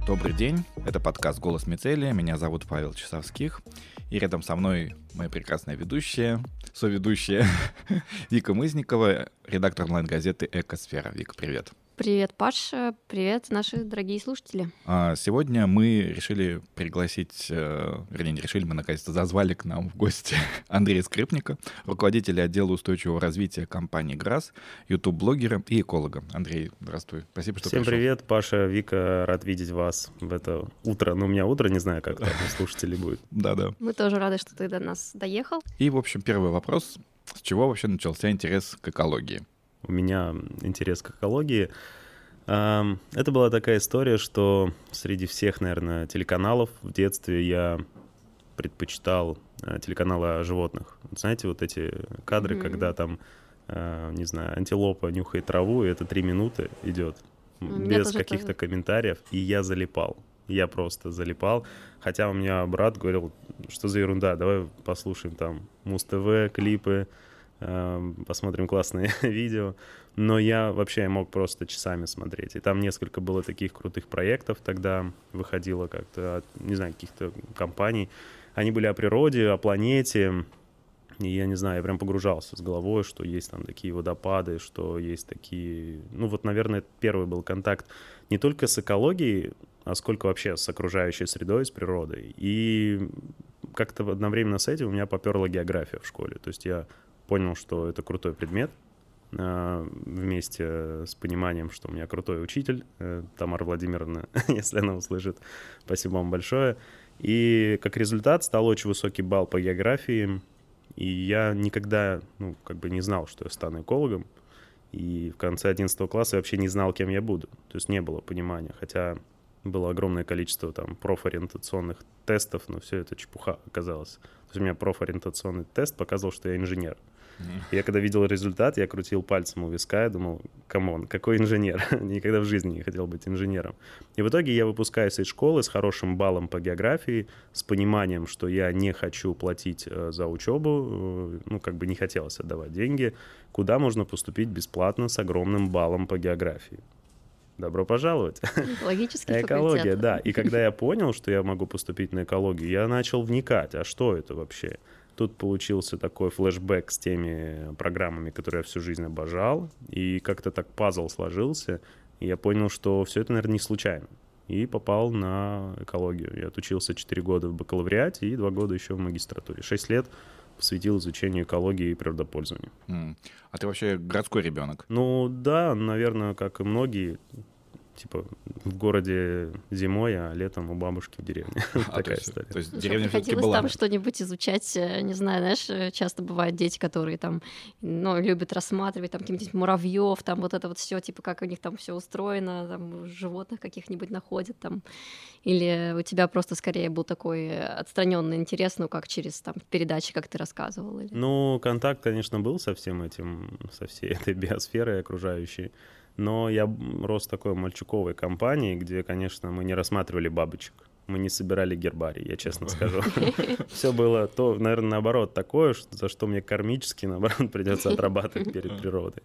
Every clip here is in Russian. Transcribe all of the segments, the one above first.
Добрый день, это подкаст «Голос Мицелия», меня зовут Павел Часовских, и рядом со мной моя прекрасная ведущая, соведущая Вика Мызникова, редактор онлайн-газеты «Экосфера». Вика, привет. Привет, Паша, привет, наши дорогие слушатели. Сегодня мы решили пригласить, мы наконец-то зазвали к нам в гости Андрея Скрипника, руководителя отдела устойчивого развития компании ГРАС, YouTube-блогера и эколога. Андрей, здравствуй, спасибо, что Всем пришел. привет, Паша, Вика, рад видеть вас в это утро. У меня утро, не знаю, как там у слушателей будет. Да-да. Мы тоже рады, что ты до нас доехал. И, в общем, первый вопрос. С чего вообще начался интерес к экологии? У меня интерес к экологии. Это была такая история, что среди всех, наверное, телеканалов в детстве я предпочитал телеканалы о животных. Вот знаете, вот эти кадры, когда там, не знаю, антилопа нюхает траву, и это 3 минуты идет без каких-то комментариев, и я залипал. Я просто залипал. Хотя у меня брат говорил, что за ерунда, давай послушаем там Муз-ТВ, клипы, посмотрим классные видео. Но я вообще мог просто часами смотреть. И там несколько было таких крутых проектов тогда выходило как-то от, не знаю, каких-то компаний. Они были о природе, о планете. И я не знаю, я прям погружался с головой, что есть там такие водопады, что есть такие... Ну вот, наверное, первый был контакт не только с экологией, а сколько вообще с окружающей средой, с природой. И как-то одновременно с этим у меня попёрла география в школе. То есть я понял, что это крутой предмет, вместе с пониманием, что у меня крутой учитель, Тамара Владимировна, если она услышит, спасибо вам большое. И как результат стал очень высокий балл по географии, и я никогда, не знал, что я стану экологом, и в конце 11 класса я вообще не знал, кем я буду, то есть не было понимания, хотя было огромное количество там профориентационных тестов, но все это чепуха оказалось. То есть у меня профориентационный тест показывал, что я инженер. Я когда видел результат, я крутил пальцем у виска, я думал, камон, какой инженер? Никогда в жизни не хотел быть инженером. И в итоге я выпускаюсь из школы с хорошим баллом по географии, с пониманием, что я не хочу платить за учебу, не хотелось отдавать деньги, куда можно поступить бесплатно с огромным баллом по географии. Добро пожаловать. Экологический Экология, факультет. да. И когда я понял, что я могу поступить на экологию, я начал вникать, а что это вообще? Тут получился такой флешбэк с теми программами, которые я всю жизнь обожал, и как-то так пазл сложился, и я понял, что все это, наверное, не случайно. И попал на экологию. Я отучился 4 года в бакалавриате и 2 года еще в магистратуре. 6 лет посвятил изучению экологии и природопользования. А ты вообще городской ребенок? Да, наверное, как и многие, в городе зимой, а летом у бабушки в деревне. Такая история. То есть деревня все-таки Хотелось была. там что-нибудь изучать, не знаю, знаешь, часто бывают дети, которые там, любят рассматривать там каких-нибудь муравьев, там вот это вот все, как у них там все устроено, там животных каких-нибудь находят там, или у тебя просто скорее был такой отстраненный интерес, как через там передачи, как ты рассказывал? Или... Контакт, конечно, был со всем этим, со всей этой биосферой окружающей. Но я рос в такой мальчуковой компании, где, конечно, мы не рассматривали бабочек, мы не собирали гербарий, я честно скажу. Все было, наверное, наоборот, такое, за что мне кармически, наоборот, придется отрабатывать перед природой.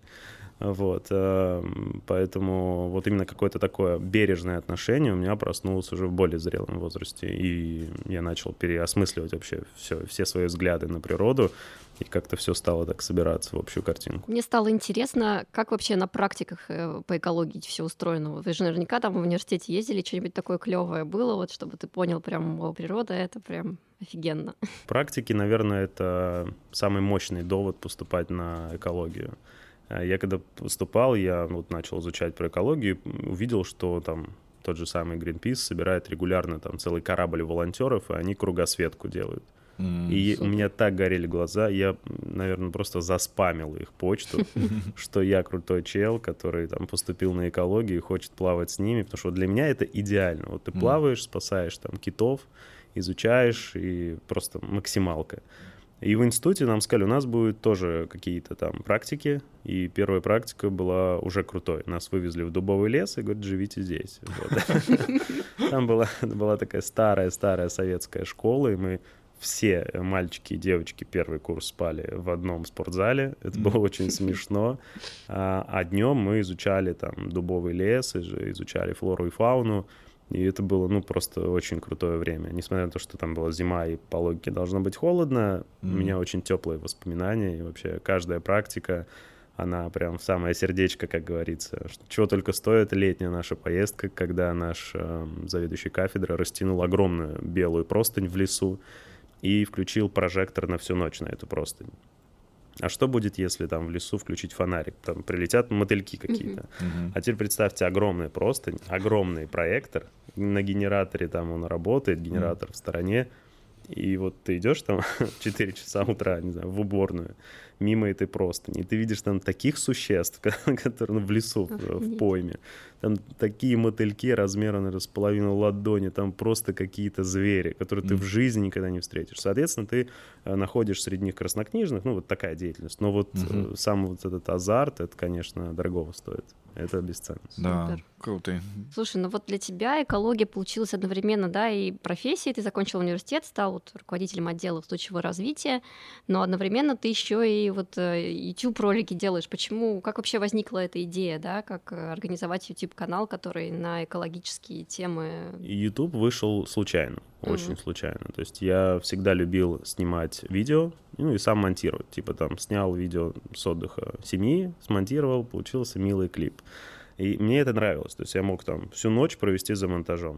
Поэтому вот именно какое-то такое бережное отношение у меня проснулось уже в более зрелом возрасте, и я начал переосмысливать вообще все свои взгляды на природу, и как-то все стало так собираться в общую картинку. Мне стало интересно, как вообще на практиках по экологии все устроено. Вы же наверняка там в университете ездили, что-нибудь такое клевое было, чтобы ты понял прям, природа — это прям офигенно. Практики, наверное, это самый мощный довод поступать на экологию. Я когда поступал, я начал изучать про экологию, увидел, что там тот же самый Greenpeace собирает регулярно там целый корабль волонтеров, и они кругосветку делают. И у меня так горели глаза, я, наверное, просто заспамил их почту, что я крутой чел, который там поступил на экологию и хочет плавать с ними, потому что для меня это идеально. Вот ты плаваешь, спасаешь там китов, изучаешь, и просто максималка. И в институте нам сказали, у нас будут тоже какие-то там практики, и первая практика была уже крутой. Нас вывезли в дубовый лес и говорят, живите здесь. Там была такая старая советская школа, и мы все мальчики и девочки первый курс спали в одном спортзале. Это было очень смешно. А днем мы изучали там дубовый лес, изучали флору и фауну. И это было, ну, просто очень крутое время. Несмотря на то, что там была зима и по логике должно быть холодно, у меня очень теплые воспоминания. И вообще каждая практика, она прям в самое сердечко, как говорится. Чего только стоит летняя наша поездка, когда наш заведующий кафедры растянул огромную белую простынь в лесу и включил прожектор на всю ночь на эту простынь. А что будет, если там в лесу включить фонарик? Там прилетят мотыльки какие-то. А теперь представьте огромный простынь, огромный проектор. На генераторе там он работает, генератор в стороне. И вот ты идешь там в 4 часа утра, не знаю, в уборную, мимо этой простыни, и ты видишь там таких существ, которые в лесу, в пойме. Там такие мотыльки размером, наверное, с половину ладони, там просто какие-то звери, которые ты в жизни никогда не встретишь. Соответственно, ты находишь среди них краснокнижных, ну, вот такая деятельность. Но вот сам вот этот азарт, это, конечно, дорогого стоит. Это бесценно. Да, Супер. круто. Слушай, ну вот для тебя экология получилась одновременно, да, и профессией. Ты закончил университет, стал вот руководителем отдела устойчивого развития, но одновременно ты еще и вот YouTube-ролики делаешь. Почему, как вообще возникла эта идея, да, как организовать YouTube-канал, который на экологические темы? YouTube вышел случайно, очень случайно. То есть я всегда любил снимать видео, ну и сам монтировать. Типа там снял видео с отдыха семьи, смонтировал, получился милый клип. И мне это нравилось. То есть я мог там всю ночь провести за монтажом.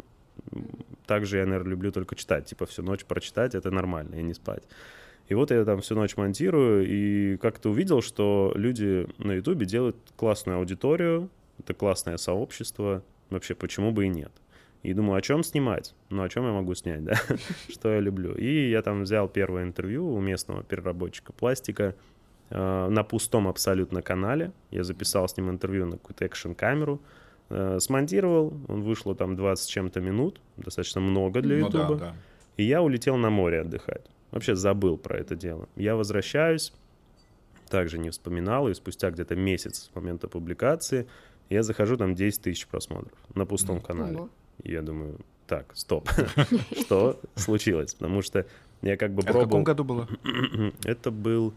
Также я, наверное, люблю только читать. Типа всю ночь прочитать — это нормально, и не спать. И вот я там всю ночь монтирую, и как-то увидел, что люди на Ютубе делают классную аудиторию, это классное сообщество, вообще почему бы и нет. И думаю, о чем снимать? Ну, о чем я могу снять, да? Что я люблю. И я там взял первое интервью у местного переработчика пластика на пустом абсолютно канале. Я записал с ним интервью на какую-то экшн-камеру, смонтировал, он вышло там 20 с чем-то минут, достаточно много для Ютуба. Ну, да. И я улетел на море отдыхать. Вообще забыл про это дело. Я возвращаюсь, также не вспоминал, и спустя где-то месяц с момента публикации я захожу, там 10 тысяч просмотров на пустом канале. И я думаю, так, стоп, что случилось? Потому что я как бы пробовал... в каком году было? Это был...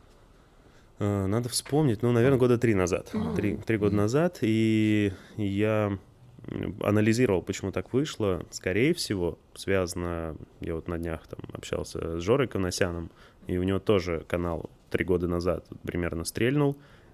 Надо вспомнить, ну, наверное, года 3 назад. 3 года назад, и я анализировал, почему так вышло. Скорее всего, связано... Я вот на днях там общался с Жорой Коносяном, и у него тоже канал 3 года назад примерно стрельнул.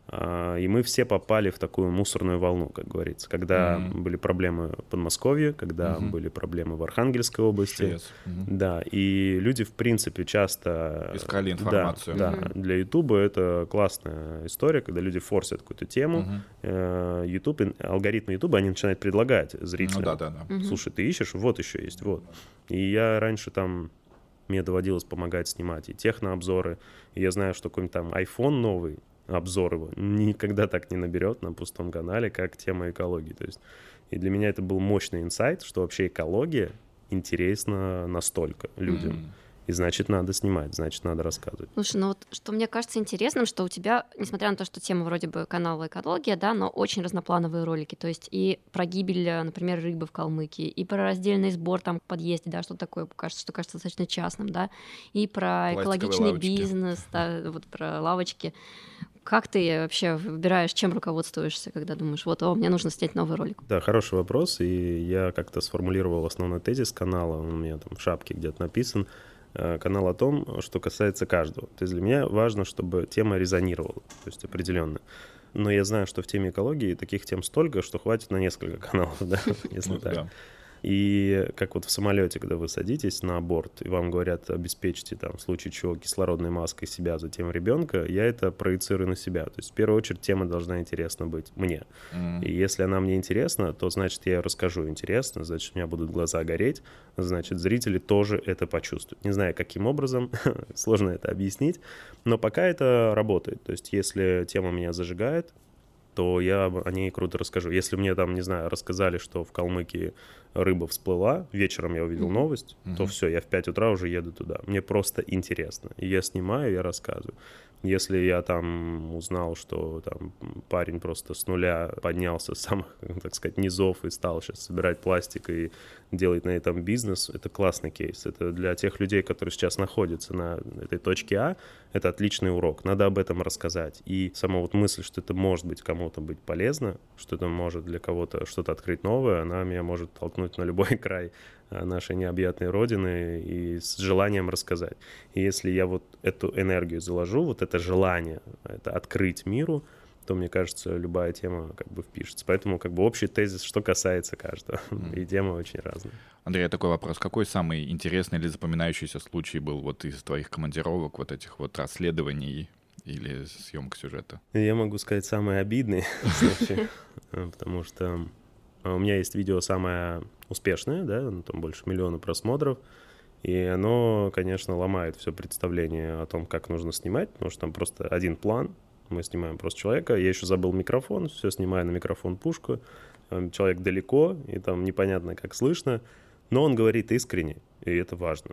И мы все попали в такую мусорную волну, как говорится, когда были проблемы в Подмосковье, когда были проблемы в Архангельской области. Да, и люди, в принципе, часто... Искали информацию. Да, для Ютуба это классная история, когда люди форсят какую-то тему. YouTube, алгоритмы Ютуба, они начинают предлагать зрителям. Слушай, ты ищешь? Вот еще есть, вот. И я раньше там... Мне доводилось помогать снимать и технообзоры. И я знаю, что какой-нибудь там iPhone новый, обзор его никогда так не наберет на пустом канале, как тема экологии. То есть, и для меня это был мощный инсайт, что вообще экология интересна настолько людям. И значит, надо снимать, значит, надо рассказывать. Слушай, ну вот что мне кажется интересным, что у тебя, несмотря на то, что тема вроде бы канала экология, да, но очень разноплановые ролики. То есть и про гибель, например, рыбы в Калмыкии, и про раздельный сбор там в подъезде, да, что такое, кажется достаточно частным, да, и про экологичный лавочки. Бизнес, да, вот про лавочки. Как ты вообще выбираешь, чем руководствуешься, когда думаешь, вот, мне нужно снять новый ролик? Да, хороший вопрос, и я как-то сформулировал основной тезис канала, он у меня там в шапке где-то написан. Канал о том, что касается каждого. То есть для меня важно, чтобы тема резонировала, то есть определенно. Но я знаю, что в теме экологии таких тем столько, что хватит на несколько каналов, да, если так. И как вот в самолете, когда вы садитесь на борт, и вам говорят, обеспечьте там в случае чего кислородной маской себя, затем ребенка, я это проецирую на себя. То есть в первую очередь тема должна интересна быть мне. И если она мне интересна, то значит я ее расскажу интересно, значит у меня будут глаза гореть, значит зрители тоже это почувствуют. Не знаю, каким образом, сложно это объяснить, но пока это работает. То есть если тема меня зажигает, то я о ней круто расскажу. Если мне там, не знаю, рассказали, что в Калмыкии рыба всплыла, вечером я увидел новость, то все, я в 5 утра уже еду туда. Мне просто интересно. И я снимаю, я рассказываю. Если я там узнал, что там парень просто с нуля поднялся с самых, так сказать, низов и стал сейчас собирать пластик и делать на этом бизнес, это классный кейс. Это для тех людей, которые сейчас находятся на этой точке А, это отличный урок. Надо об этом рассказать. И сама вот мысль, что это может быть кому-то быть полезно, что это может для кого-то что-то открыть новое, она меня может толкнуть на любой край нашей необъятной родины и с желанием рассказать. И если я вот эту энергию заложу, вот это желание, это открыть миру, то, мне кажется, любая тема как бы впишется. Поэтому как бы общий тезис, что касается каждого. И темы очень разные. Андрей, такой вопрос. Какой самый интересный или запоминающийся случай был вот из твоих командировок, вот этих вот расследований или съемок сюжета? Я могу сказать, самый обидный случай, потому что у меня есть видео самое успешное, да, там больше 1 миллиона просмотров, и оно, конечно, ломает все представление о том, как нужно снимать, потому что там просто один план, мы снимаем просто человека, я еще забыл микрофон, все снимаю на микрофон пушку, человек далеко, и там непонятно, как слышно, но он говорит искренне, и это важно.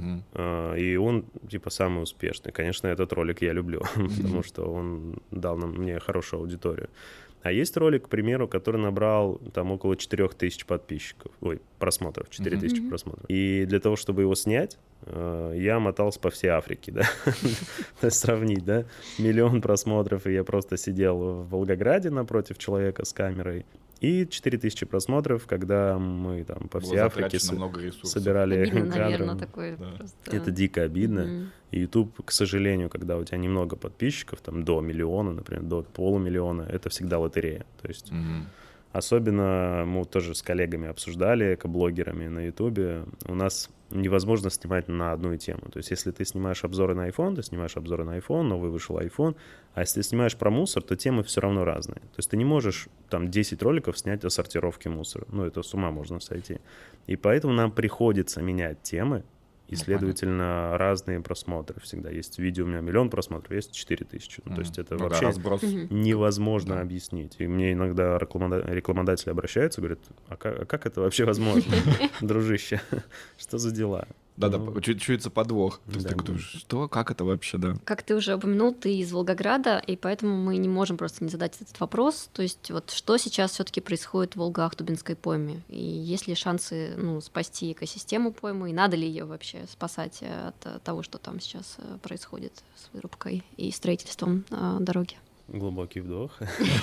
И он, типа, самый успешный. Конечно, этот ролик я люблю, потому что он дал мне хорошую аудиторию. А есть ролик, к примеру, который набрал там около 4000 просмотров, 4000 просмотров. И для того, чтобы его снять, я мотался по всей Африке, да. То есть сравнить, да, 1 миллион просмотров, и я просто сидел в Волгограде напротив человека с камерой, и 4000 просмотров, когда мы там по всей Африке собирали обидно, кадры. наверное, такое просто... Это дико обидно. И YouTube, к сожалению, когда у тебя немного подписчиков, там до 1 миллиона, например, до 500 000, это всегда лотерея. То есть особенно мы тоже с коллегами обсуждали, экоблогерами на YouTube, у нас невозможно снимать на одну тему. То есть если ты снимаешь обзоры на iPhone, ты снимаешь обзоры на iPhone, новый вышел iPhone, а если ты снимаешь про мусор, то темы все равно разные. То есть ты не можешь там 10 роликов снять о сортировке мусора. Ну, это с ума можно сойти. И поэтому нам приходится менять темы, и, следовательно, разные просмотры всегда. Есть видео, у меня 1 миллион просмотров, есть 4000. То есть это вообще невозможно объяснить. И мне иногда рекламодатели обращаются, говорят, а как это вообще возможно, дружище? Что за дела? Да-да, чуется подвох. То есть ты думаешь, что, как это вообще, да? Как ты уже упомянул, ты из Волгограда, и поэтому мы не можем просто не задать этот вопрос. То есть вот что сейчас все-таки происходит в Волго-Ахтубинской пойме? И есть ли шансы спасти экосистему поймы? И надо ли ее вообще спасать от того, что там сейчас происходит с вырубкой и строительством дороги? Глубокий вдох.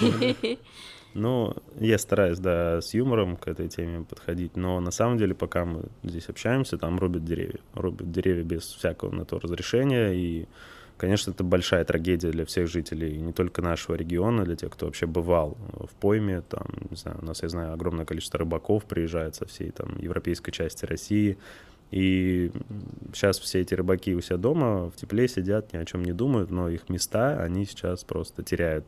Ну, я стараюсь, да, с юмором к этой теме подходить, но на самом деле, пока мы здесь общаемся, там рубят деревья. Рубят деревья без всякого на то разрешения, и, конечно, это большая трагедия для всех жителей, не только нашего региона, для тех, кто вообще бывал в пойме, там, не знаю, у нас, я знаю, огромное количество рыбаков приезжает со всей там европейской части России, и сейчас все эти рыбаки у себя дома в тепле сидят, ни о чем не думают, но их места, они сейчас просто теряют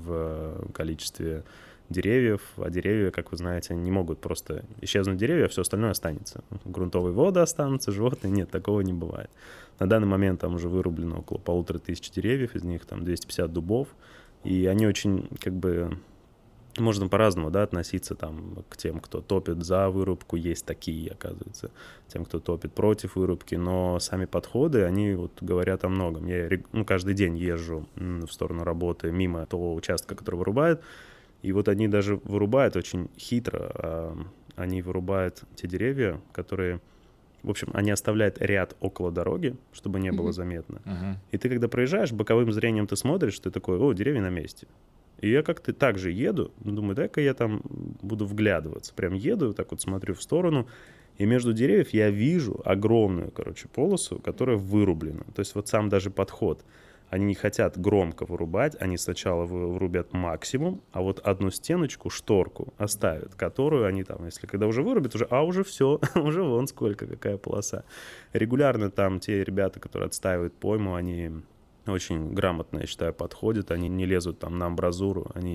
в количестве деревьев, а деревья, как вы знаете, не могут просто исчезнуть деревья, а все остальное останется. Грунтовые воды останутся, животные, нет, такого не бывает. На данный момент там уже вырублено около 1500 деревьев, из них там 250 дубов, и они очень, как бы, можно по-разному, да, относиться там к тем, кто топит за вырубку, есть такие, оказывается, тем, кто топит против вырубки, но сами подходы, они вот говорят о многом. Я каждый день езжу в сторону работы мимо того участка, который вырубают, и вот они даже вырубают очень хитро, они вырубают те деревья, которые, в общем, они оставляют ряд около дороги, чтобы не было заметно. И ты, когда проезжаешь, боковым зрением ты смотришь, ты такой, о, деревья на месте. И я как-то так же еду, думаю, дай-ка я там буду вглядываться. Прям еду, так вот смотрю в сторону, и между деревьев я вижу огромную, полосу, которая вырублена. То есть вот сам даже подход. Они не хотят громко вырубать, они сначала вырубят максимум, а вот одну стеночку, шторку оставят, которую они там, если когда уже вырубят, уже все, уже вон сколько, какая полоса. Регулярно там те ребята, которые отстаивают пойму, они очень грамотно, я считаю, подходят, они не лезут там на амбразуру, они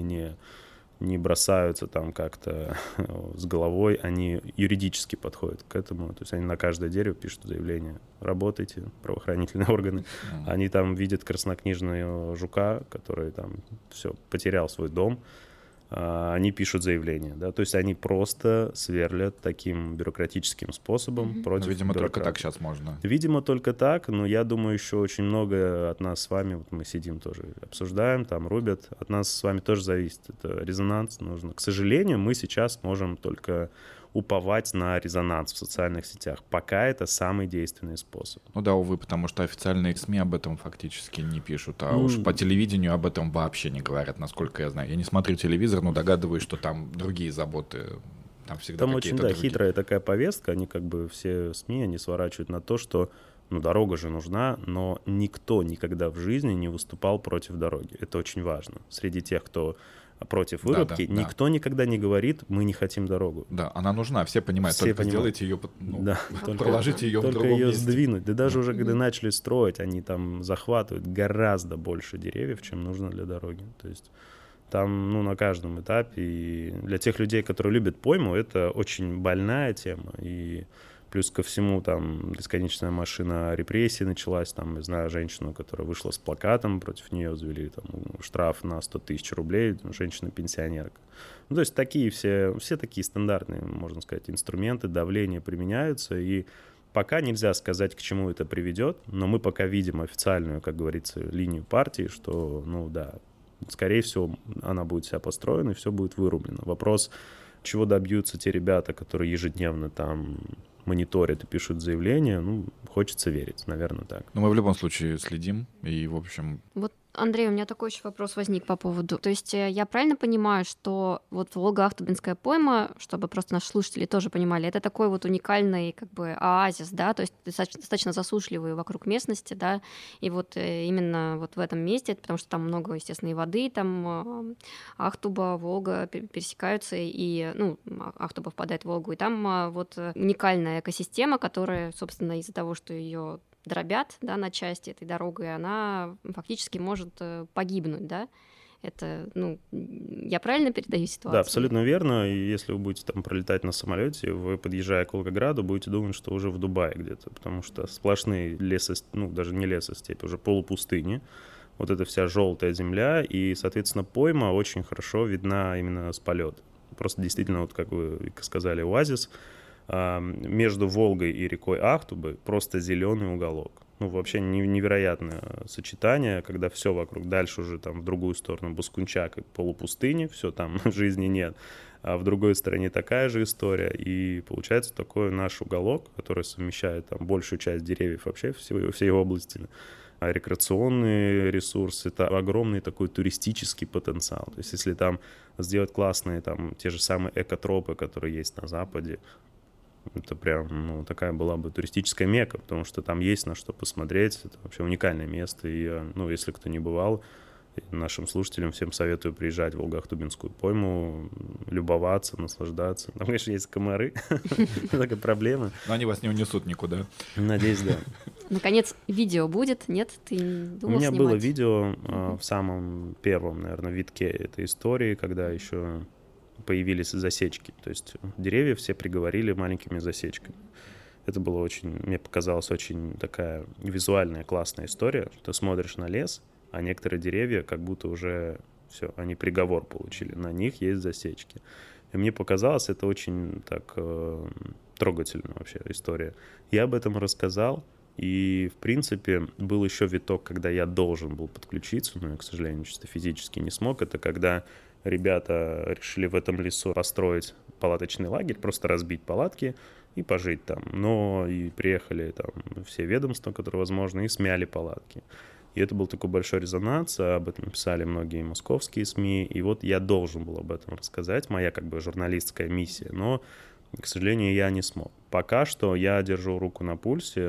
не бросаются там как-то с головой, они юридически подходят к этому. То есть они на каждое дерево пишут заявление. Работайте, правоохранительные органы. Они там видят краснокнижного жука, который там все потерял свой дом. они пишут заявление, да, то есть они просто сверлят таким бюрократическим способом против Видимо, бюрократов. только так сейчас можно. Видимо, только так, но я думаю, еще очень многое от нас с вами, вот мы сидим тоже, обсуждаем, там рубят, от нас с вами тоже зависит, это резонанс нужно. К сожалению, мы сейчас можем только уповать на резонанс в социальных сетях. Пока это самый действенный способ. Ну да, увы, потому что официальные СМИ об этом фактически не пишут, а уж по телевидению об этом вообще не говорят, насколько я знаю. Я не смотрю телевизор, но догадываюсь, что там другие заботы, там всегда Там какие-то очень, да, другие. хитрая такая повестка, они как бы все СМИ, они сворачивают на то, что дорога же нужна, но никто никогда в жизни не выступал против дороги. Это очень важно. Среди тех, кто против вырубки, никто никогда не говорит, мы не хотим дорогу. Да, она нужна, все понимают, Все только понимают. сделайте ее, Да, проложите ее в только другом ее месте. сдвинуть. Да даже уже когда начали строить, они там захватывают гораздо больше деревьев, чем нужно для дороги. То есть там, на каждом этапе. И для тех людей, которые любят пойму, это очень больная тема. И плюс ко всему там бесконечная машина репрессий началась. Там, я знаю женщину, которая вышла с плакатом, против нее взвели там штраф на 100 тысяч рублей, женщина-пенсионерка. То есть такие все такие стандартные, можно сказать, инструменты давления применяются. И пока нельзя сказать, к чему это приведет, но мы пока видим официальную, как говорится, линию партии, что, скорее всего, она будет вся построена и все будет вырублено. Вопрос, чего добьются те ребята, которые ежедневно там мониторят и пишут заявления, хочется верить, наверное, так. Но мы в любом случае следим, и, в общем... Вот, Андрей, у меня такой еще вопрос возник по поводу... То есть я правильно понимаю, что вот Волго-Ахтубинская пойма, чтобы просто наши слушатели тоже понимали, это такой вот уникальный как бы оазис, да, то есть достаточно засушливый вокруг местности, да, и вот именно вот в этом месте, потому что там много, естественно, и воды, там Ахтуба, Волга пересекаются, и, Ахтуба впадает в Волгу, и там вот уникальная экосистема, которая, собственно, из-за того, что ее дробят, да, на части этой дорогой, она фактически может погибнуть, да? Это, я правильно передаю ситуацию? Да, абсолютно верно. И если вы будете там пролетать на самолете, вы, подъезжая к Волгограду, будете думать, что уже в Дубае где-то, потому что сплошные даже не лесостепи, уже полупустыни. Вот эта вся желтая земля, и, соответственно, пойма очень хорошо видна именно с полета. Просто действительно, вот как вы сказали, оазис, между Волгой и рекой Ахтубы просто зеленый уголок. Вообще невероятное сочетание, когда все вокруг, дальше уже там в другую сторону Баскунчак и полупустыни, все там жизни нет, а в другой стороне такая же история, и получается такой наш уголок, который совмещает там большую часть деревьев вообще всей области, а рекреационные ресурсы, это огромный такой туристический потенциал. То есть если там сделать классные там те же самые экотропы, которые есть на Западе, это прям, такая была бы туристическая мекка, потому что там есть на что посмотреть. Это вообще уникальное место. И, если кто не бывал, нашим слушателям всем советую приезжать в Волго-Ахтубинскую пойму, любоваться, наслаждаться. Там, конечно, есть комары. Такая проблема. Но они вас не унесут никуда. Надеюсь, да. Наконец, видео будет? Нет? Ты не думал У меня снимать? было видео в самом первом, наверное, витке этой истории, когда еще появились засечки. То есть деревья все приговорили маленькими засечками. Это было мне показалось, очень такая визуальная, классная история. Ты смотришь на лес, а некоторые деревья как будто уже все, они приговор получили. На них есть засечки. И мне показалось, это очень так трогательная вообще история. Я об этом рассказал, и, в принципе, был еще виток, когда я должен был подключиться, но я, к сожалению, чисто физически не смог. Это когда ребята решили в этом лесу построить палаточный лагерь, просто разбить палатки и пожить там. Но и приехали там все ведомства, которые возможно, и смяли палатки. И это был такой большой резонанс, об этом писали многие московские СМИ. И вот я должен был об этом рассказать, моя как бы журналистская миссия, но, к сожалению, я не смог. Пока что я держу руку на пульсе,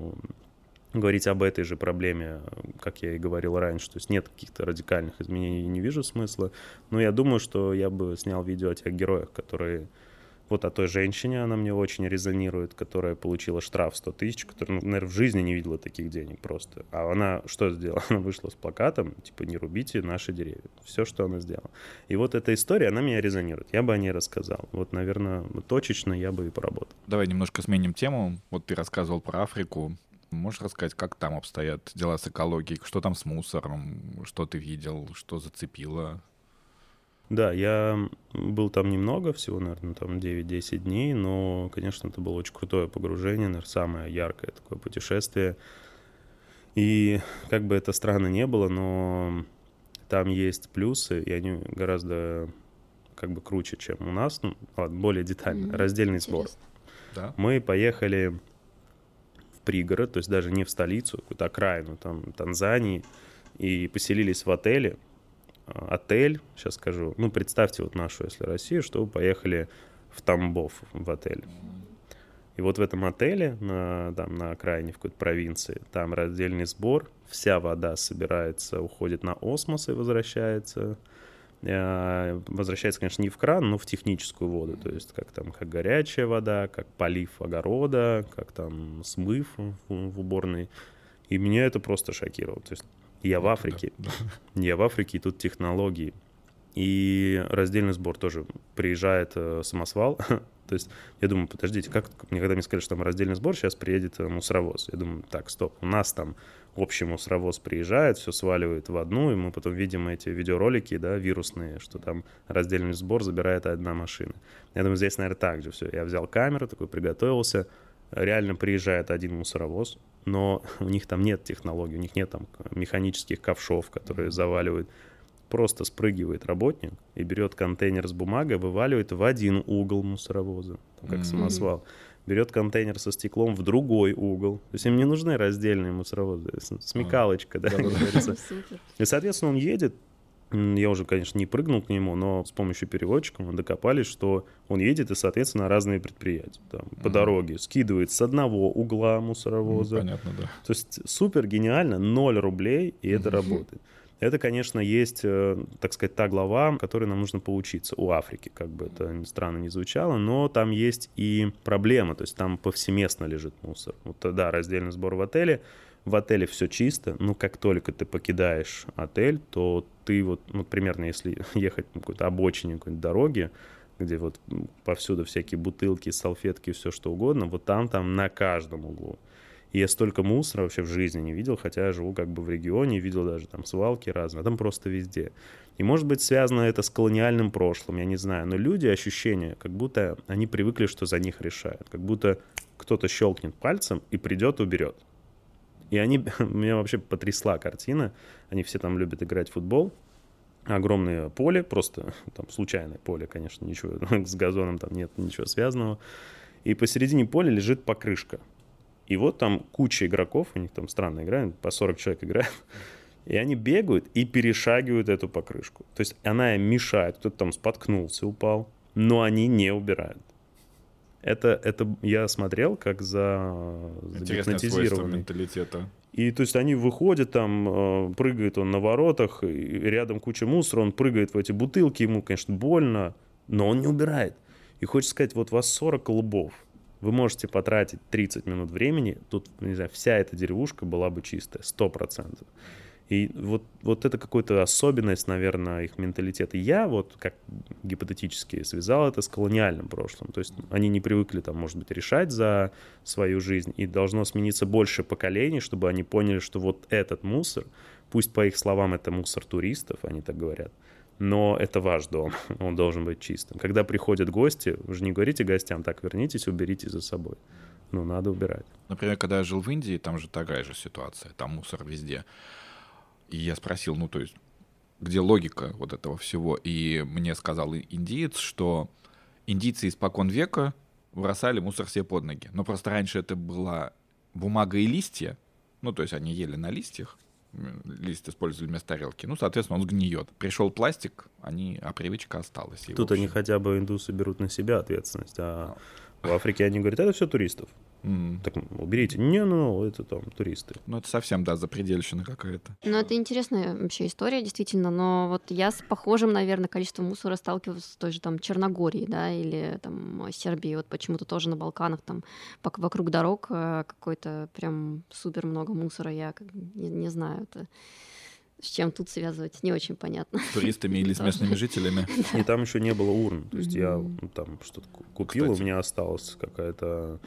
говорить об этой же проблеме, как я и говорил раньше, то есть нет каких-то радикальных изменений, не вижу смысла, но я думаю, что я бы снял видео о тех героях, которые... Вот о той женщине, она мне очень резонирует, которая получила штраф 100 тысяч, которая, наверное, в жизни не видела таких денег просто. А она что сделала? Она вышла с плакатом, типа, не рубите наши деревья. Все, что она сделала. И вот эта история, она меня резонирует. Я бы о ней рассказал. Вот, наверное, точечно я бы и поработал. Давай немножко сменим тему. Вот ты рассказывал про Африку. Можешь рассказать, как там обстоят дела с экологией? Что там с мусором? Что ты видел? Что зацепило? Да, я был там немного, всего, наверное, там 9-10 дней, но, конечно, это было очень крутое погружение, наверное, самое яркое такое путешествие. И как бы это странно не было, но там есть плюсы, и они гораздо как бы круче, чем у нас. Ну, ладно, более детально. Раздельный сбор. Да. Мы поехали в пригород, то есть даже не в столицу, какую-то окраину там Танзании, и поселились в отеле. Отель, сейчас скажу, ну, представьте вот нашу, если Россию, что вы поехали в Тамбов в отель. И вот в этом отеле, там, на окраине в какой-то провинции, там раздельный сбор, вся вода собирается, уходит на осмос и возвращается. Возвращается, конечно, не в кран, но в техническую воду, то есть как горячая вода, как полив огорода, как там смыв в уборной. И меня это просто шокировало. То есть я в Африке, и тут технологии. И раздельный сбор тоже. Приезжает самосвал. То есть я думаю, подождите, мне когда мне сказали, что там раздельный сбор, сейчас приедет мусоровоз. Я думаю, так, стоп, у нас там общий мусоровоз приезжает, все сваливает в одну, и мы потом видим эти видеоролики, да, вирусные, что там раздельный сбор забирает одна машина. Я думаю, здесь, наверное, так же все. Я взял камеру, такой приготовился. Реально приезжает один мусоровоз, но у них там нет технологий, у них нет там механических ковшов, которые заваливают. Просто спрыгивает работник и берет контейнер с бумагой, вываливает в один угол мусоровоза, как самосвал. Берет контейнер со стеклом в другой угол. То есть им не нужны раздельные мусоровозы. Смекалочка, да, говорится. И, соответственно, он едет. Я уже, конечно, не прыгнул к нему, но с помощью переводчика мы докопались, что он едет и, соответственно, разные предприятия. Там, по дороге скидывает с одного угла мусоровоза. Понятно, да. То есть супер гениально, 0 рублей, и это работает. Это, конечно, есть, так сказать, та глава, которой нам нужно поучиться у Африки, как бы это странно не звучало, но там есть и проблема, то есть там повсеместно лежит мусор. Вот да, раздельный сбор в отеле все чисто, но как только ты покидаешь отель, то ты вот, ну, примерно, если ехать по какой-то обочине какой-нибудь дороги, где вот повсюду всякие бутылки, салфетки, все что угодно, вот там на каждом углу. И я столько мусора вообще в жизни не видел, хотя я живу как бы в регионе, видел даже там свалки разные, а там просто везде. И может быть связано это с колониальным прошлым, я не знаю, но люди, ощущение, как будто они привыкли, что за них решают, как будто кто-то щелкнет пальцем и придет, уберет. И меня вообще потрясла картина, они все там любят играть в футбол, огромное поле, просто там случайное поле, конечно, ничего с газоном там нет ничего связанного, и посередине поля лежит покрышка. И вот там куча игроков, у них там странно играют, по 40 человек играют, и они бегают и перешагивают эту покрышку. То есть она им мешает, кто-то там споткнулся, упал, но они не убирают. Это я смотрел как интересное свойство менталитета. И то есть они выходят, там прыгает он на воротах, и рядом куча мусора, он прыгает в эти бутылки, ему, конечно, больно, но он не убирает. И хочется сказать, вот у вас 40 лбов. Вы можете потратить 30 минут времени, тут, не знаю, вся эта деревушка была бы чистая, 100%. И вот это какая-то особенность, наверное, их менталитета. Я вот, как гипотетически, связал это с колониальным прошлым. То есть они не привыкли, там, может быть, решать за свою жизнь, и должно смениться больше поколений, чтобы они поняли, что вот этот мусор, пусть по их словам это мусор туристов, они так говорят, но это ваш дом, он должен быть чистым. Когда приходят гости, вы же не говорите гостям, так, вернитесь, уберите за собой. Ну, надо убирать. Например, когда я жил в Индии, там же такая же ситуация, там мусор везде. И я спросил, ну, то есть, где логика вот этого всего? И мне сказал индиец, что индийцы испокон века бросали мусор себе под ноги. Но просто раньше это была бумага и листья, ну, то есть они ели на листьях, лист использовали вместо тарелки. Ну, соответственно, он сгниет. Пришел пластик, а привычка осталась. И, тут они хотя бы, индусы, берут на себя ответственность, а в Африке они говорят, это все туристов. Так, уберите. Это там туристы. Ну, это совсем, да, запредельщина какая-то. Ну, это интересная вообще история, действительно, но вот я с похожим, наверное, количеством мусора сталкивалась с той же там Черногории, да, или там Сербии, вот почему-то тоже на Балканах там вокруг дорог какой-то прям супер много мусора, я не знаю, это... С чем тут связывать, не очень понятно. С туристами или с местными жителями? И там еще не было урн. То есть я там что-то купил, у меня осталась какая-то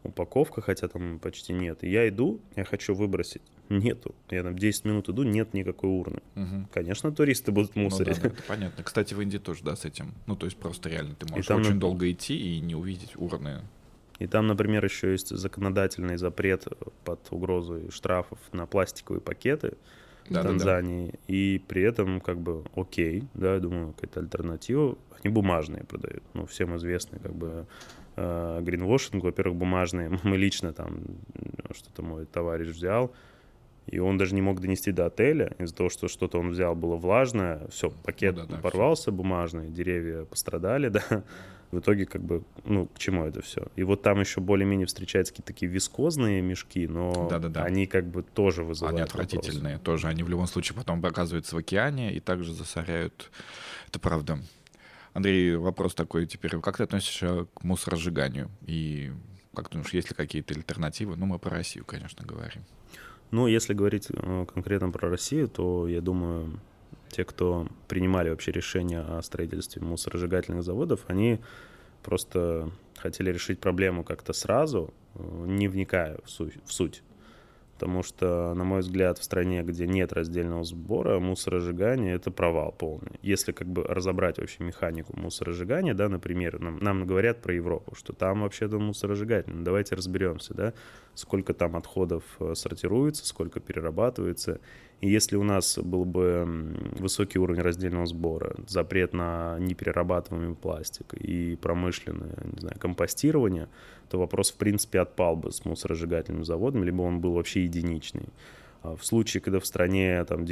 упаковка, хотя там почти нет. И я иду, я хочу выбросить. Нету. Я там 10 минут иду, нет никакой урны. Конечно, туристы будут мусорить. Ну, да, это понятно. Кстати, в Индии тоже, да, с этим. Ну, то есть просто реально ты можешь там, очень долго идти и не увидеть урны. И там, например, еще есть законодательный запрет под угрозой штрафов на пластиковые пакеты в Танзании. И при этом как бы окей, да, я думаю, какая-то альтернатива. Они бумажные продают. Ну, всем известный как бы гринвошинг, во-первых, бумажные. Мы лично там, что-то мой товарищ взял, и он даже не мог донести до отеля из-за того, что что-то он взял, было влажное, все, пакет порвался бумажный, деревья пострадали, да. В итоге как бы, ну, к чему это все? И вот там еще более-менее встречаются какие-то такие вискозные мешки, но они как бы тоже вызывают Они отвратительные вопрос. тоже. Они в любом случае потом оказываются в океане и также засоряют. Это правда. Андрей, вопрос такой теперь. Как ты относишься к мусоросжиганию? И как ты думаешь, есть ли какие-то альтернативы? Ну, мы про Россию, конечно, говорим. Ну, если говорить конкретно про Россию, то, я думаю, те, кто принимали вообще решение о строительстве мусоросжигательных заводов, они просто хотели решить проблему как-то сразу, не вникая в суть. Потому что, на мой взгляд, в стране, где нет раздельного сбора, мусоросжигание — это провал полный. Если как бы разобрать вообще механику мусоросжигания, да, например, нам говорят про Европу, что там вообще-то мусоросжигательно. Ну, давайте разберемся, да, сколько там отходов сортируется, сколько перерабатывается. И если у нас был бы высокий уровень раздельного сбора, запрет на неперерабатываемый пластик и промышленное, не знаю, компостирование, то вопрос, в принципе, отпал бы с мусоросжигательным заводом, либо он был вообще единичный. В случае, когда в стране там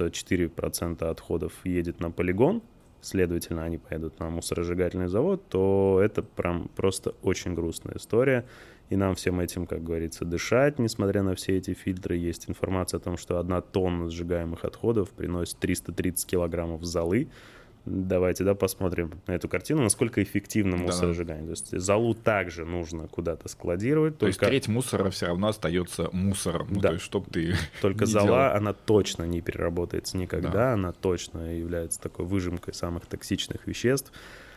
94% отходов едет на полигон, следовательно, они поедут на мусоросжигательный завод, то это прям просто очень грустная история. И нам всем этим, как говорится, дышать, несмотря на все эти фильтры. Есть информация о том, что 1 тонна сжигаемых отходов приносит 330 килограммов золы. Давайте, да, посмотрим на эту картину, насколько эффективно мусоросжигание. То есть золу также нужно куда-то складировать. То есть треть мусора все равно остается мусором. Ну, то есть, чтоб ты только зола, она точно не переработается никогда. Она точно является такой выжимкой самых токсичных веществ.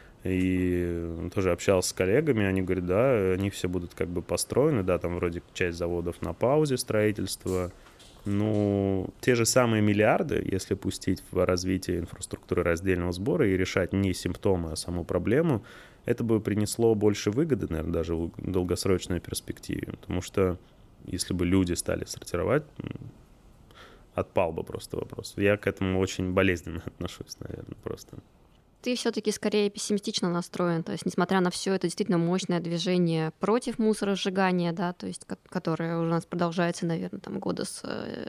И тоже общался с коллегами, они говорят, да, они все будут как бы построены, да, там вроде часть заводов на паузе строительства. Ну, те же самые миллиарды, если пустить в развитие инфраструктуры раздельного сбора и решать не симптомы, а саму проблему, это бы принесло больше выгоды, наверное, даже в долгосрочной перспективе. Потому что если бы люди стали сортировать, отпал бы просто вопрос. Я к этому очень болезненно отношусь, наверное, просто. Ты все-таки скорее пессимистично настроен, то есть, несмотря на все это действительно мощное движение против мусоросжигания, да, то есть, которое у нас продолжается, наверное, там года с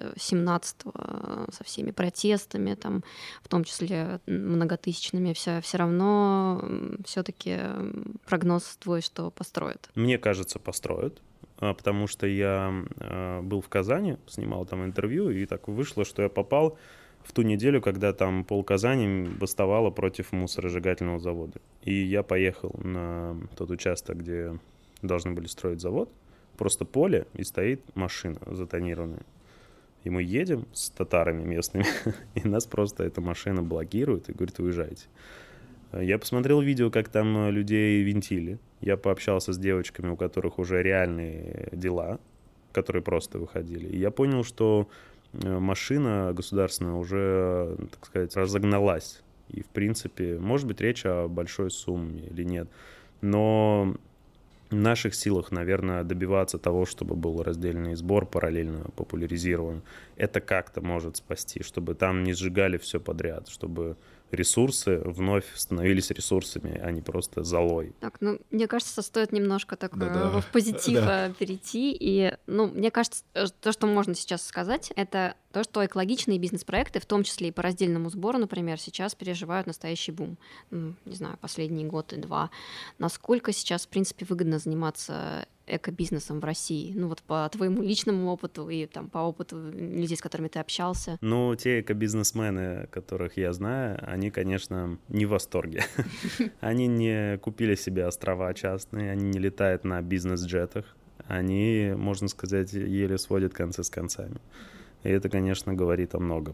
17-го, со всеми протестами, там, в том числе многотысячными, все равно все-таки прогноз твой, что построят? Мне кажется, построят. Потому что я был в Казани, снимал там интервью, и так вышло, что я попал в ту неделю, когда там полказани бастовало против мусоросжигательного завода. И я поехал на тот участок, где должны были строить завод. Просто поле, и стоит машина затонированная. И мы едем с татарами местными, и нас просто эта машина блокирует и говорит, уезжайте. Я посмотрел видео, как там людей винтили. Я пообщался с девочками, у которых уже реальные дела, которые просто выходили. И я понял, что машина государственная уже, так сказать, разогналась. И, в принципе, может быть, речь о большой сумме или нет. Но в наших силах, наверное, добиваться того, чтобы был раздельный сбор параллельно популяризирован. Это как-то может спасти, чтобы там не сжигали все подряд, чтобы ресурсы вновь становились ресурсами, а не просто золой. Так, ну, мне кажется, стоит немножко так в позитив перейти. И, ну, мне кажется, то, что можно сейчас сказать, это то, что экологичные бизнес-проекты, в том числе и по раздельному сбору, например, сейчас переживают настоящий бум. Не знаю, последний год и 2. Насколько сейчас, в принципе, выгодно заниматься экобизнесом в России? Ну вот по твоему личному опыту и там по опыту людей, с которыми ты общался. Ну, те экобизнесмены, которых я знаю, они, конечно, не в восторге. Они не купили себе острова частные, они не летают на бизнес-джетах. Они, можно сказать, еле сводят концы с концами. И это, конечно, говорит о многом.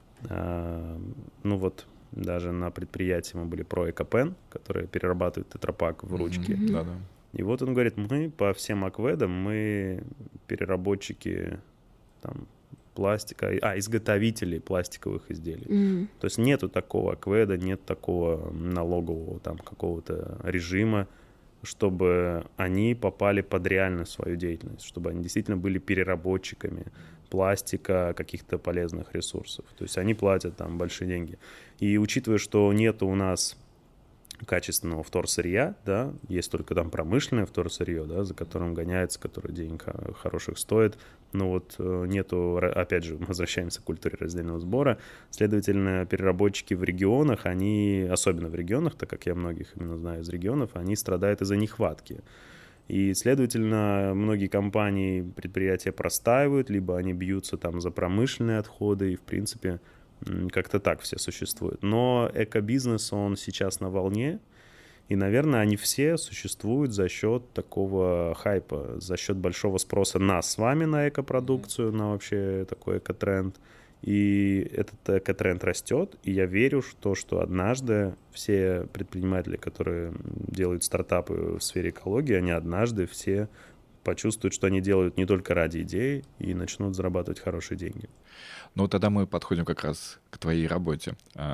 Ну вот, даже на предприятии мы были про Экопен, которые перерабатывают тетрапак в ручки. И вот он говорит, мы по всем акведам, мы переработчики там, пластика, изготовители пластиковых изделий. То есть нету такого акведа, нет такого налогового там какого-то режима, чтобы они попали под реальную свою деятельность, чтобы они действительно были переработчиками пластика, каких-то полезных ресурсов. То есть они платят там большие деньги. И учитывая, что нету у нас качественного вторсырья, да, есть только там промышленное вторсырье, да, за которым гоняется, которое денег хороших стоит, но вот нету, опять же, возвращаемся к культуре раздельного сбора, следовательно, переработчики в регионах, они, особенно в регионах, так как я многих именно знаю из регионов, они страдают из-за нехватки. И, следовательно, многие компании, предприятия простаивают, либо они бьются там за промышленные отходы, и, в принципе, как-то так все существуют. Но экобизнес, он сейчас на волне, и, наверное, они все существуют за счет такого хайпа, за счет большого спроса нас с вами на экопродукцию, на вообще такой экотренд. И этот экотренд растет, и я верю в то, что однажды все предприниматели, которые делают стартапы в сфере экологии, они однажды все почувствуют, что они делают не только ради идеи, и начнут зарабатывать хорошие деньги. Ну, тогда мы подходим как раз к твоей работе.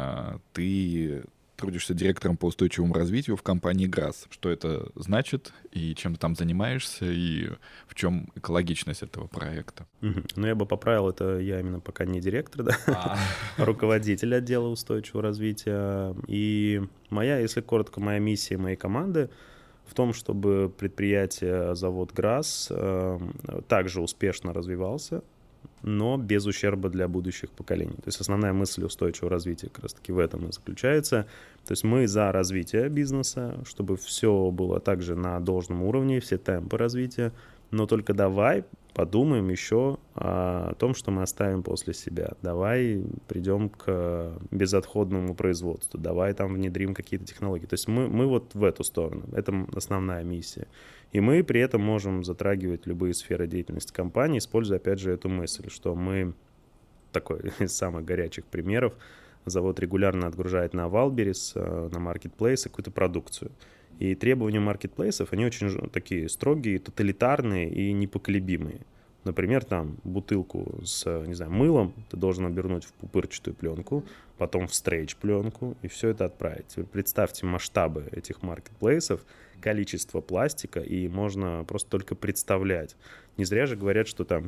Ты трудишься директором по устойчивому развитию в компании ГРАС. Что это значит, и чем ты там занимаешься, и в чем экологичность этого проекта? Ну, я бы поправил, это я именно пока не директор, да, руководитель отдела устойчивого развития. И моя, если коротко, моя миссия моей команды в том, чтобы предприятие, завод ГРАС также успешно развивался, но без ущерба для будущих поколений. То есть основная мысль устойчивого развития как раз-таки в этом и заключается. То есть мы за развитие бизнеса, чтобы все было также на должном уровне, все темпы развития, но только давай подумаем еще о том, что мы оставим после себя. Давай придем к безотходному производству, давай там внедрим какие-то технологии. То есть мы вот в эту сторону. Это основная миссия. И мы при этом можем затрагивать любые сферы деятельности компании, используя, опять же, эту мысль, что мы, такой из самых горячих примеров, завод регулярно отгружает на Вайлдберрис, на маркетплейсы какую-то продукцию. И требования маркетплейсов, они очень такие строгие, тоталитарные и непоколебимые. Например, там бутылку с, не знаю, мылом ты должен обернуть в пупырчатую пленку, потом в стрейч-пленку и все это отправить. Теперь представьте масштабы этих маркетплейсов, количество пластика, и можно просто только представлять. Не зря же говорят, что там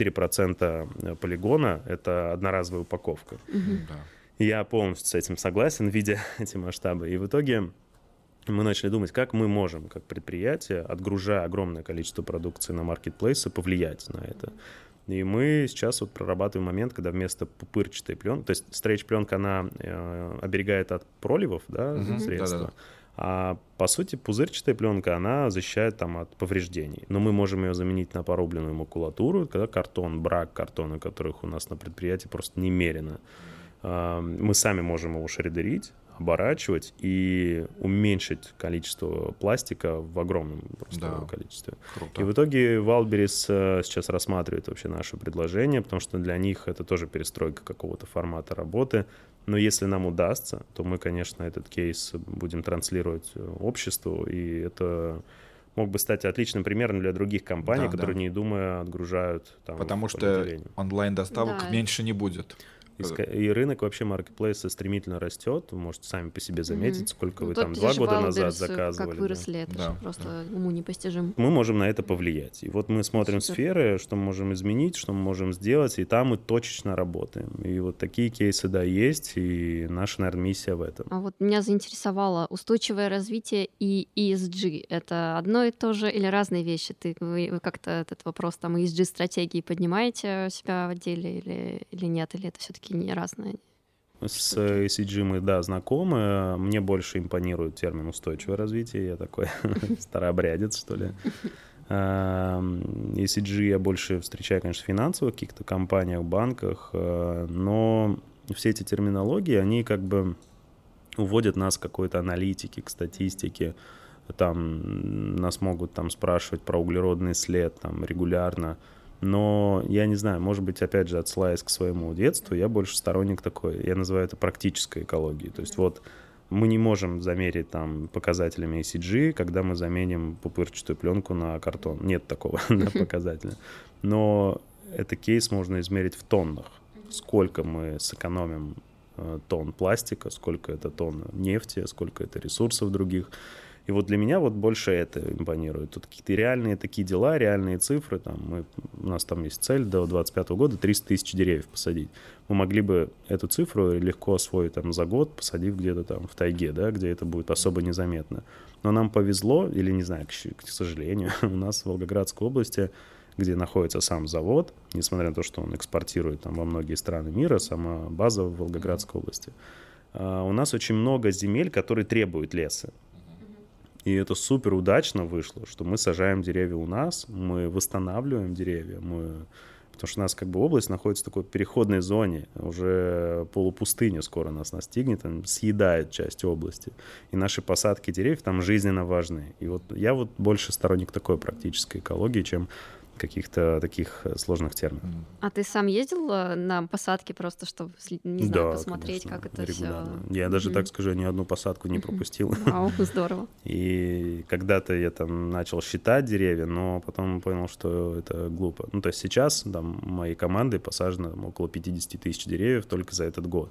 54% полигона — это одноразовая упаковка. Я полностью с этим согласен, видя эти масштабы. И в итоге мы начали думать, как мы можем, как предприятие, отгружая огромное количество продукции на маркетплейсы, повлиять на это. И мы сейчас вот прорабатываем момент, когда вместо пупырчатой пленки, то есть стрейч-пленка, она оберегает от проливов, да, средства, а по сути пузырчатая пленка, она защищает там от повреждений. Но мы можем ее заменить на порубленную макулатуру, когда картон, брак картона, которых у нас на предприятии просто немерено. Мы сами можем его шредерить, оборачивать и уменьшить количество пластика в огромном количестве. Круто. И в итоге Wildberries сейчас рассматривает вообще наше предложение, потому что для них это тоже перестройка какого-то формата работы. Но если нам удастся, то мы, конечно, этот кейс будем транслировать обществу, и это мог бы стать отличным примером для других компаний, которые, не думая, отгружают там. Потому что онлайн-доставок меньше не будет. И рынок вообще маркетплейса стремительно растет. Вы можете сами по себе заметить, сколько вы там 2 года назад заказывали. Как выросли, это же просто уму непостижимо. Мы можем на это повлиять. И вот мы смотрим сферы, что мы можем изменить, что мы можем сделать, и там мы точечно работаем. И вот такие кейсы, да, есть, и наша, наверное, миссия в этом. А вот меня заинтересовало устойчивое развитие и ESG. Это одно и то же или разные вещи? Вы как-то этот вопрос там ESG-стратегии поднимаете у себя в отделе или нет? Или это все-таки не разные? С ESG мы, да, знакомы. Мне больше импонирует термин «устойчивое развитие». Я такой старообрядец, что ли. ESG я больше встречаю, конечно, в финансовых каких-то компаниях, банках, но все эти терминологии, они как бы уводят нас к какой-то аналитике, к статистике. Там нас могут там спрашивать про углеродный след там регулярно. Но я не знаю, может быть, опять же, отсылаясь к своему детству, я больше сторонник такой, я называю это практической экологией. То есть вот Мы не можем замерить там показателями ECG, когда мы заменим пупырчатую пленку на картон. Нет такого показателя. Но этот кейс можно измерить в тоннах. Сколько мы сэкономим тонн пластика, сколько это тонн нефти, сколько это ресурсов других. И вот для меня вот больше это импонирует. Тут какие-то реальные такие дела, реальные цифры. У нас там есть цель до 2025 года 300 тысяч деревьев посадить. Мы могли бы эту цифру легко освоить там за год, посадив где-то там в тайге, да, где это будет особо незаметно. Но нам повезло, или не знаю, к сожалению, у нас в Волгоградской области, где находится сам завод, несмотря на то, что он экспортирует там во многие страны мира, сама база в Волгоградской области, у нас очень много земель, которые требуют леса. И это супер удачно вышло, что мы сажаем деревья у нас, мы восстанавливаем деревья, потому что у нас как бы область находится в такой переходной зоне, уже полупустыня скоро нас настигнет, съедает часть области. И наши посадки деревьев там жизненно важны. И вот я вот больше сторонник такой практической экологии, чем каких-то таких сложных терминов. А ты сам ездил на посадки просто, чтобы, не знаю, посмотреть, конечно, как это регулярно. все? Я даже так скажу, ни одну посадку не пропустил. Вау, здорово. И когда-то я там начал считать деревья, но потом понял, что это глупо. То есть сейчас там моей командой посажено около 50 тысяч деревьев только за этот год.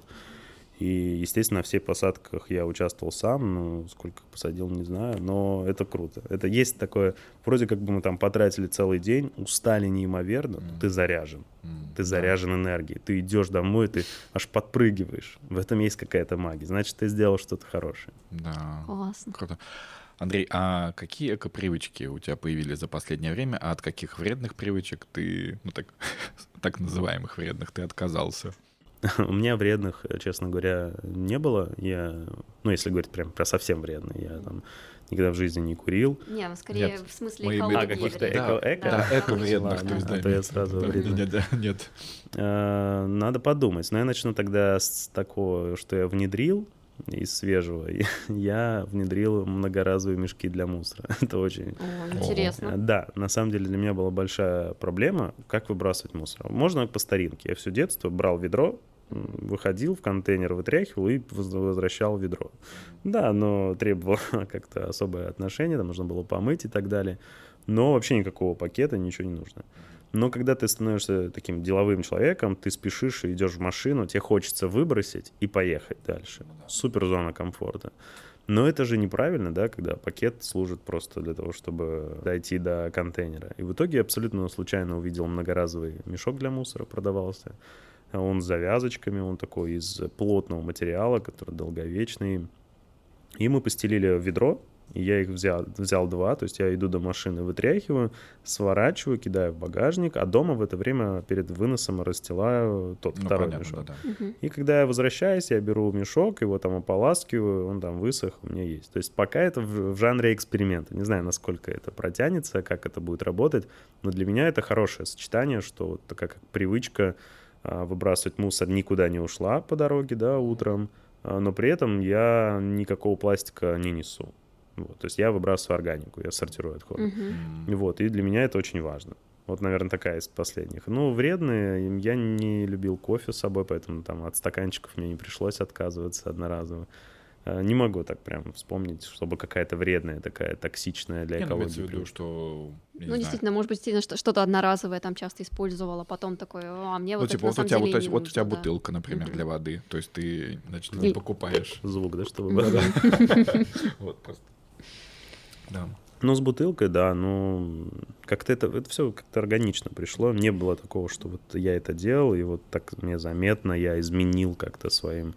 И, естественно, на всех посадках я участвовал сам, сколько посадил, не знаю, но это круто. Это есть такое, вроде как бы мы там потратили целый день, устали неимоверно, ты заряжен, ты заряжен энергией, ты идешь домой, ты аж подпрыгиваешь. В этом есть какая-то магия, значит, ты сделал что-то хорошее. Да, классно. Круто. Андрей, а какие эко-привычки у тебя появились за последнее время, а от каких вредных привычек ты, так называемых вредных, ты отказался? У меня вредных, честно говоря, не было. Если говорить прям про совсем вредные, я там никогда в жизни не курил. Не, скорее Нет. в смысле экологии. Каких-то эко? Да, эко-вредных. То я сразу вредный. Нет. Надо подумать. Но я начну тогда с такого, что я внедрил из свежего. Я внедрил многоразовые мешки для мусора. Это очень... интересно. Да, на самом деле для меня была большая проблема, как выбрасывать мусор. Можно по старинке. Я все детство брал ведро, выходил в контейнер, вытряхивал и возвращал ведро. Да, но требовало как-то особое отношение, там нужно было помыть и так далее. Но вообще никакого пакета, ничего не нужно. Но когда ты становишься таким деловым человеком, ты спешишь и идешь в машину, тебе хочется выбросить и поехать дальше. Супер зона комфорта. Но это же неправильно, да, когда пакет служит просто для того, чтобы дойти до контейнера. И в итоге я абсолютно случайно увидел многоразовый мешок для мусора, продавался. Он с завязочками, он такой из плотного материала, который долговечный. И мы постелили ведро, и я их взял 2, то есть я иду до машины, вытряхиваю, сворачиваю, кидаю в багажник, а дома в это время перед выносом расстилаю второй мешок. Да. И когда я возвращаюсь, я беру мешок, его там ополаскиваю, он там высох, у меня есть. То есть пока это в жанре эксперимента. Не знаю, насколько это протянется, как это будет работать, но для меня это хорошее сочетание, что вот такая как привычка выбрасывать мусор никуда не ушла по дороге, да, утром, но при этом я никакого пластика не несу. Вот, то есть я выбрасываю органику, я сортирую отходы. Вот, и для меня это очень важно. Вот, наверное, такая из последних. Вредные, я не любил кофе с собой, поэтому там от стаканчиков мне не пришлось отказываться одноразово. Не могу так прям вспомнить, чтобы какая-то вредная, такая токсичная для экологии. Я имею в виду, что... действительно, может быть, что-то одноразовое там часто использовала, потом такое, а мне вот это на самом деле не нужно. Вот у тебя бутылка, например, для воды, то есть ты, значит, не покупаешь. Звук, да, чтобы... Вот, просто. Да. С бутылкой, да, как-то это все как-то органично пришло. Не было такого, что вот я это делал, и вот так мне заметно, я изменил как-то своим,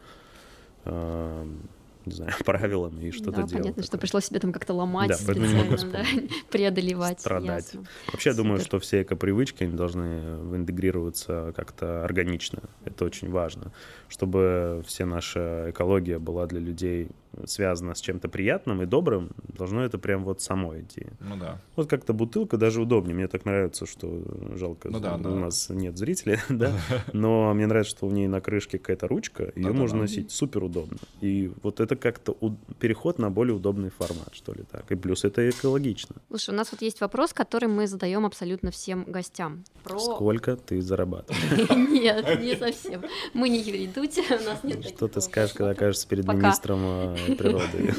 не знаю, правилам и что-то делал. Понятно, такое. что пришлось себе там как-то ломать, поэтому не могу преодолевать. Страдать. Ясно. Вообще, я думаю, что все эко-привычки они должны интегрироваться как-то органично. Это очень важно, чтобы вся наша экология была для людей связана с чем-то приятным и добрым, должно это прям вот само идти. Да. Вот как-то бутылка даже удобнее. Мне так нравится, что жалко, у нас нет зрителей, да, но мне нравится, что у нее на крышке какая-то ручка, ее можно носить супер удобно. И вот это как-то переход на более удобный формат, что ли, так. И плюс это экологично. Слушай, у нас вот есть вопрос, который мы задаем абсолютно всем гостям. Сколько ты зарабатываешь? Нет, не совсем. Мы не Юрий Дудь, у нас нет таких Что ты скажешь, когда окажешься перед Пока. министром природы.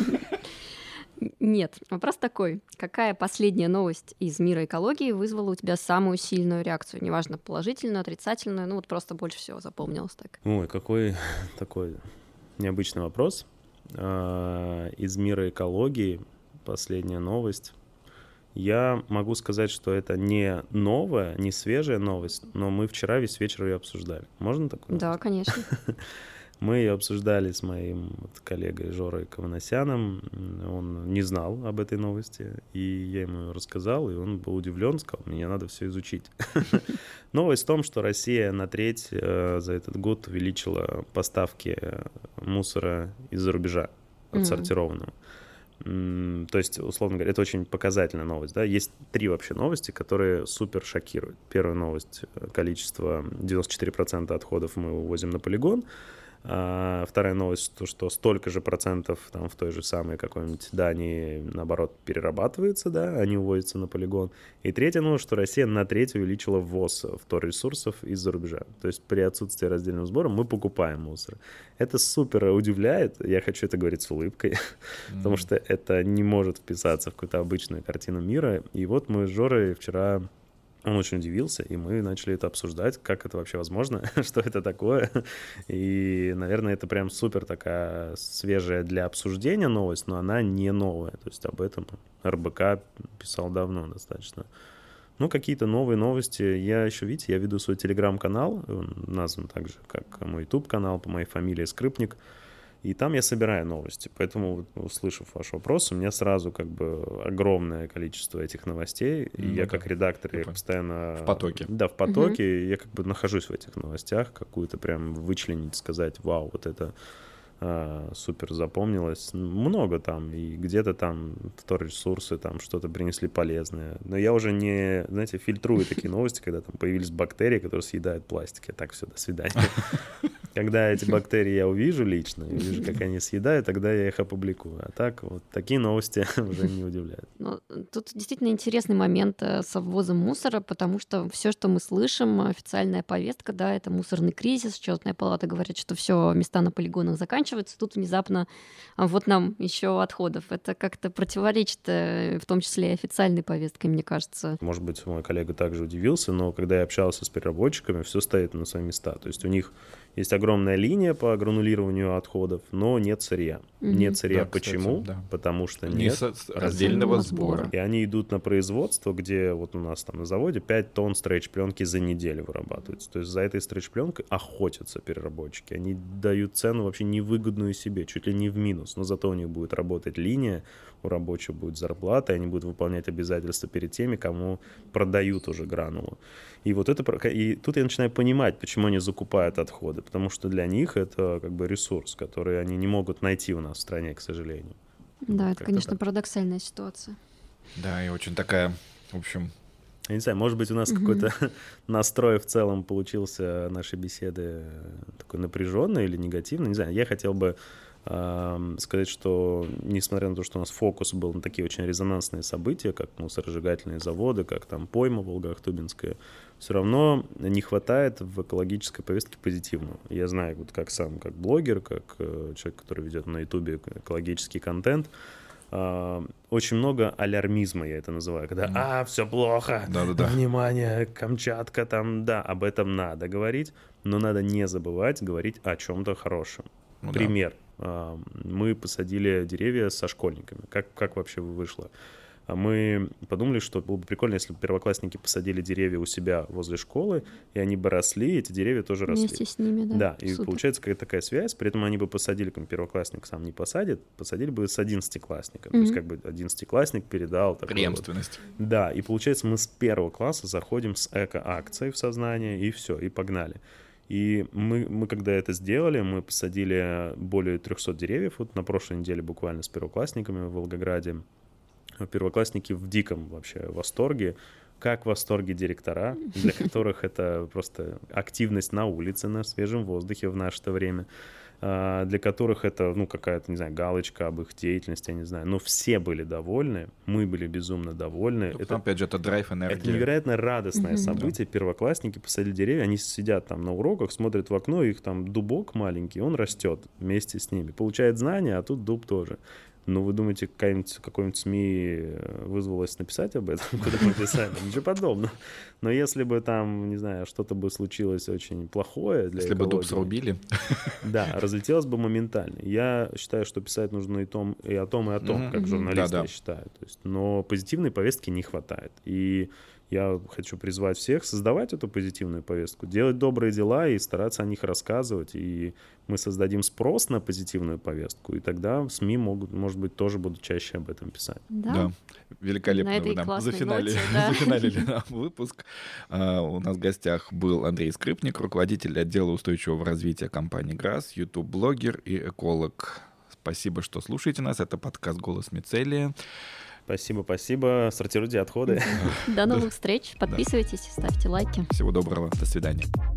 Нет, вопрос такой. Какая последняя новость из мира экологии вызвала у тебя самую сильную реакцию? Неважно, положительную, отрицательную, ну вот просто больше всего запомнилось так. Ой, какой такой необычный вопрос. Из мира экологии последняя новость. Я могу сказать, что это не новая, не свежая новость, но мы вчера весь вечер ее обсуждали. Можно такое? Да, конечно. Мы ее обсуждали с моим коллегой Жорой Каванасяном. Он не знал об этой новости, и я ему ее рассказал, и он был удивлен, сказал, мне надо все изучить. Новость в том, что Россия на треть за этот год увеличила поставки мусора из-за рубежа, отсортированного. То есть, условно говоря, это очень показательная новость. Да? Есть 3 вообще новости, которые супер шокируют. Первая новость — количество 94% отходов мы увозим на полигон. Вторая новость, то, что столько же процентов там в той же самой какой-нибудь Дании, наоборот, перерабатывается, да, они увозятся на полигон. И третья новость, что Россия на треть увеличила ввоз вторресурсов из-за рубежа. То есть при отсутствии раздельного сбора мы покупаем мусор. Это супер удивляет, я хочу это говорить с улыбкой, потому что это не может вписаться в какую-то обычную картину мира. И вот мы с Жорой вчера... Он очень удивился, и мы начали это обсуждать, как это вообще возможно, что это такое. И, наверное, это прям супер такая свежая для обсуждения новость, но она не новая. То есть об этом РБК писал давно достаточно. Ну, какие-то новые новости. Я еще, видите, я веду свой телеграм-канал, он назван так же, как мой YouTube-канал по моей фамилии Скрипник. И там я собираю новости. Поэтому, услышав ваш вопрос, у меня сразу как бы огромное количество этих новостей. И я как редактор их постоянно... В потоке. Да, в потоке. Я как бы нахожусь в этих новостях. Какую-то прям вычленить, сказать, вау, вот это супер запомнилось. Много там. И где-то там вторресурсы, там что-то принесли полезное. Но я уже не, знаете, фильтрую такие новости, когда там появились бактерии, которые съедают пластик. Я так, все, до свидания. Когда эти бактерии я увижу лично, увижу, как они съедают, тогда я их опубликую. А так вот такие новости уже не удивляют. Но тут действительно интересный момент со ввозом мусора, потому что все, что мы слышим, официальная повестка, да, это мусорный кризис. Счетная палата говорит, что все, места на полигонах заканчиваются. Тут внезапно вот нам еще отходов. Это как-то противоречит, в том числе и официальной повесткой, мне кажется. Может быть, мой коллега также удивился, но когда я общался с переработчиками, все стоит на свои места. То есть у них есть огромная линия по гранулированию отходов, но нет сырья. Нет сырья. Да, почему? Кстати, да. Потому что нет раздельного сбора. И они идут на производство, где вот у нас там на заводе 5 тонн стрейч-пленки за неделю вырабатывается. То есть за этой стрейч-пленкой охотятся переработчики. Они дают цену вообще невыгодную себе, чуть ли не в минус. Но зато у них будет работать линия, у рабочих будет зарплата, и они будут выполнять обязательства перед теми, кому продают уже гранулу. И вот это, и тут я начинаю понимать, почему они закупают отходы, потому что для них это как бы ресурс, который они не могут найти у нас в стране, к сожалению. Да, это, конечно, парадоксальная ситуация. Да, и очень такая, в общем... Я не знаю, может быть, у нас какой-то настрой в целом получился нашей беседы такой напряженный или негативный, не знаю, я хотел бы сказать, что несмотря на то, что у нас фокус был на такие очень резонансные события, как мусоросжигательные заводы, как там пойма Волгоахтубинская, все равно не хватает в экологической повестке позитивного. Я знаю, вот как сам, как блогер, как человек, который ведет на Ютубе экологический контент, очень много алярмизма, я это называю, когда все плохо, внимание, Камчатка, там, да, об этом надо говорить, но надо не забывать говорить о чем-то хорошем. Ну, пример. Да. Мы посадили деревья со школьниками. Как вообще вышло? Мы подумали, что было бы прикольно, если бы первоклассники посадили деревья у себя возле школы, и они бы росли, и эти деревья тоже росли. Вместе с ними, да. Да, и получается какая-то такая связь, при этом они бы посадили, как первоклассник сам не посадит, посадили бы с 11-классником. То есть как бы 11-классник передал... Преемственность. Вот. Да, и получается мы с 1 класса заходим с эко-акцией в сознание, и все, и погнали. И мы когда это сделали, мы посадили более 300 деревьев. Вот на прошлой неделе буквально с первоклассниками в Волгограде. Первоклассники в диком вообще восторге. Как в восторге директора, для которых это просто активность на улице, на свежем воздухе в наше-то время. для которых это, ну, какая-то, не знаю, галочка об их деятельности, я не знаю. Но все были довольны, мы были безумно довольны. Это, опять же, это драйв, энергия. Это невероятно радостное событие. Первоклассники посадили деревья, они сидят там на уроках, смотрят в окно, их там дубок маленький, он растет вместе с ними. Получает знания, а тут дуб тоже. Ну, вы думаете, какой-нибудь СМИ вызвалось написать об этом? Куда мы писали? Ничего подобного. Но если бы там, не знаю, что-то бы случилось очень плохое для Если экологии, бы дуб срубили. Да, разлетелось бы моментально. Я считаю, что писать нужно и о том, как журналисты, я считаю. То есть, но позитивной повестки не хватает. И я хочу призвать всех создавать эту позитивную повестку, делать добрые дела и стараться о них рассказывать. И мы создадим спрос на позитивную повестку, и тогда СМИ может быть, тоже будут чаще об этом писать. Да. Великолепно вы нам зафиналили нам выпуск. У нас в гостях был Андрей Скрипник, руководитель отдела устойчивого развития компании ГРАС, YouTube-блогер и эколог. Спасибо, что слушаете нас. Это подкаст «Голос Мицелия». Спасибо. Сортируйте отходы. До новых встреч. Подписывайтесь, ставьте лайки. Всего доброго. До свидания.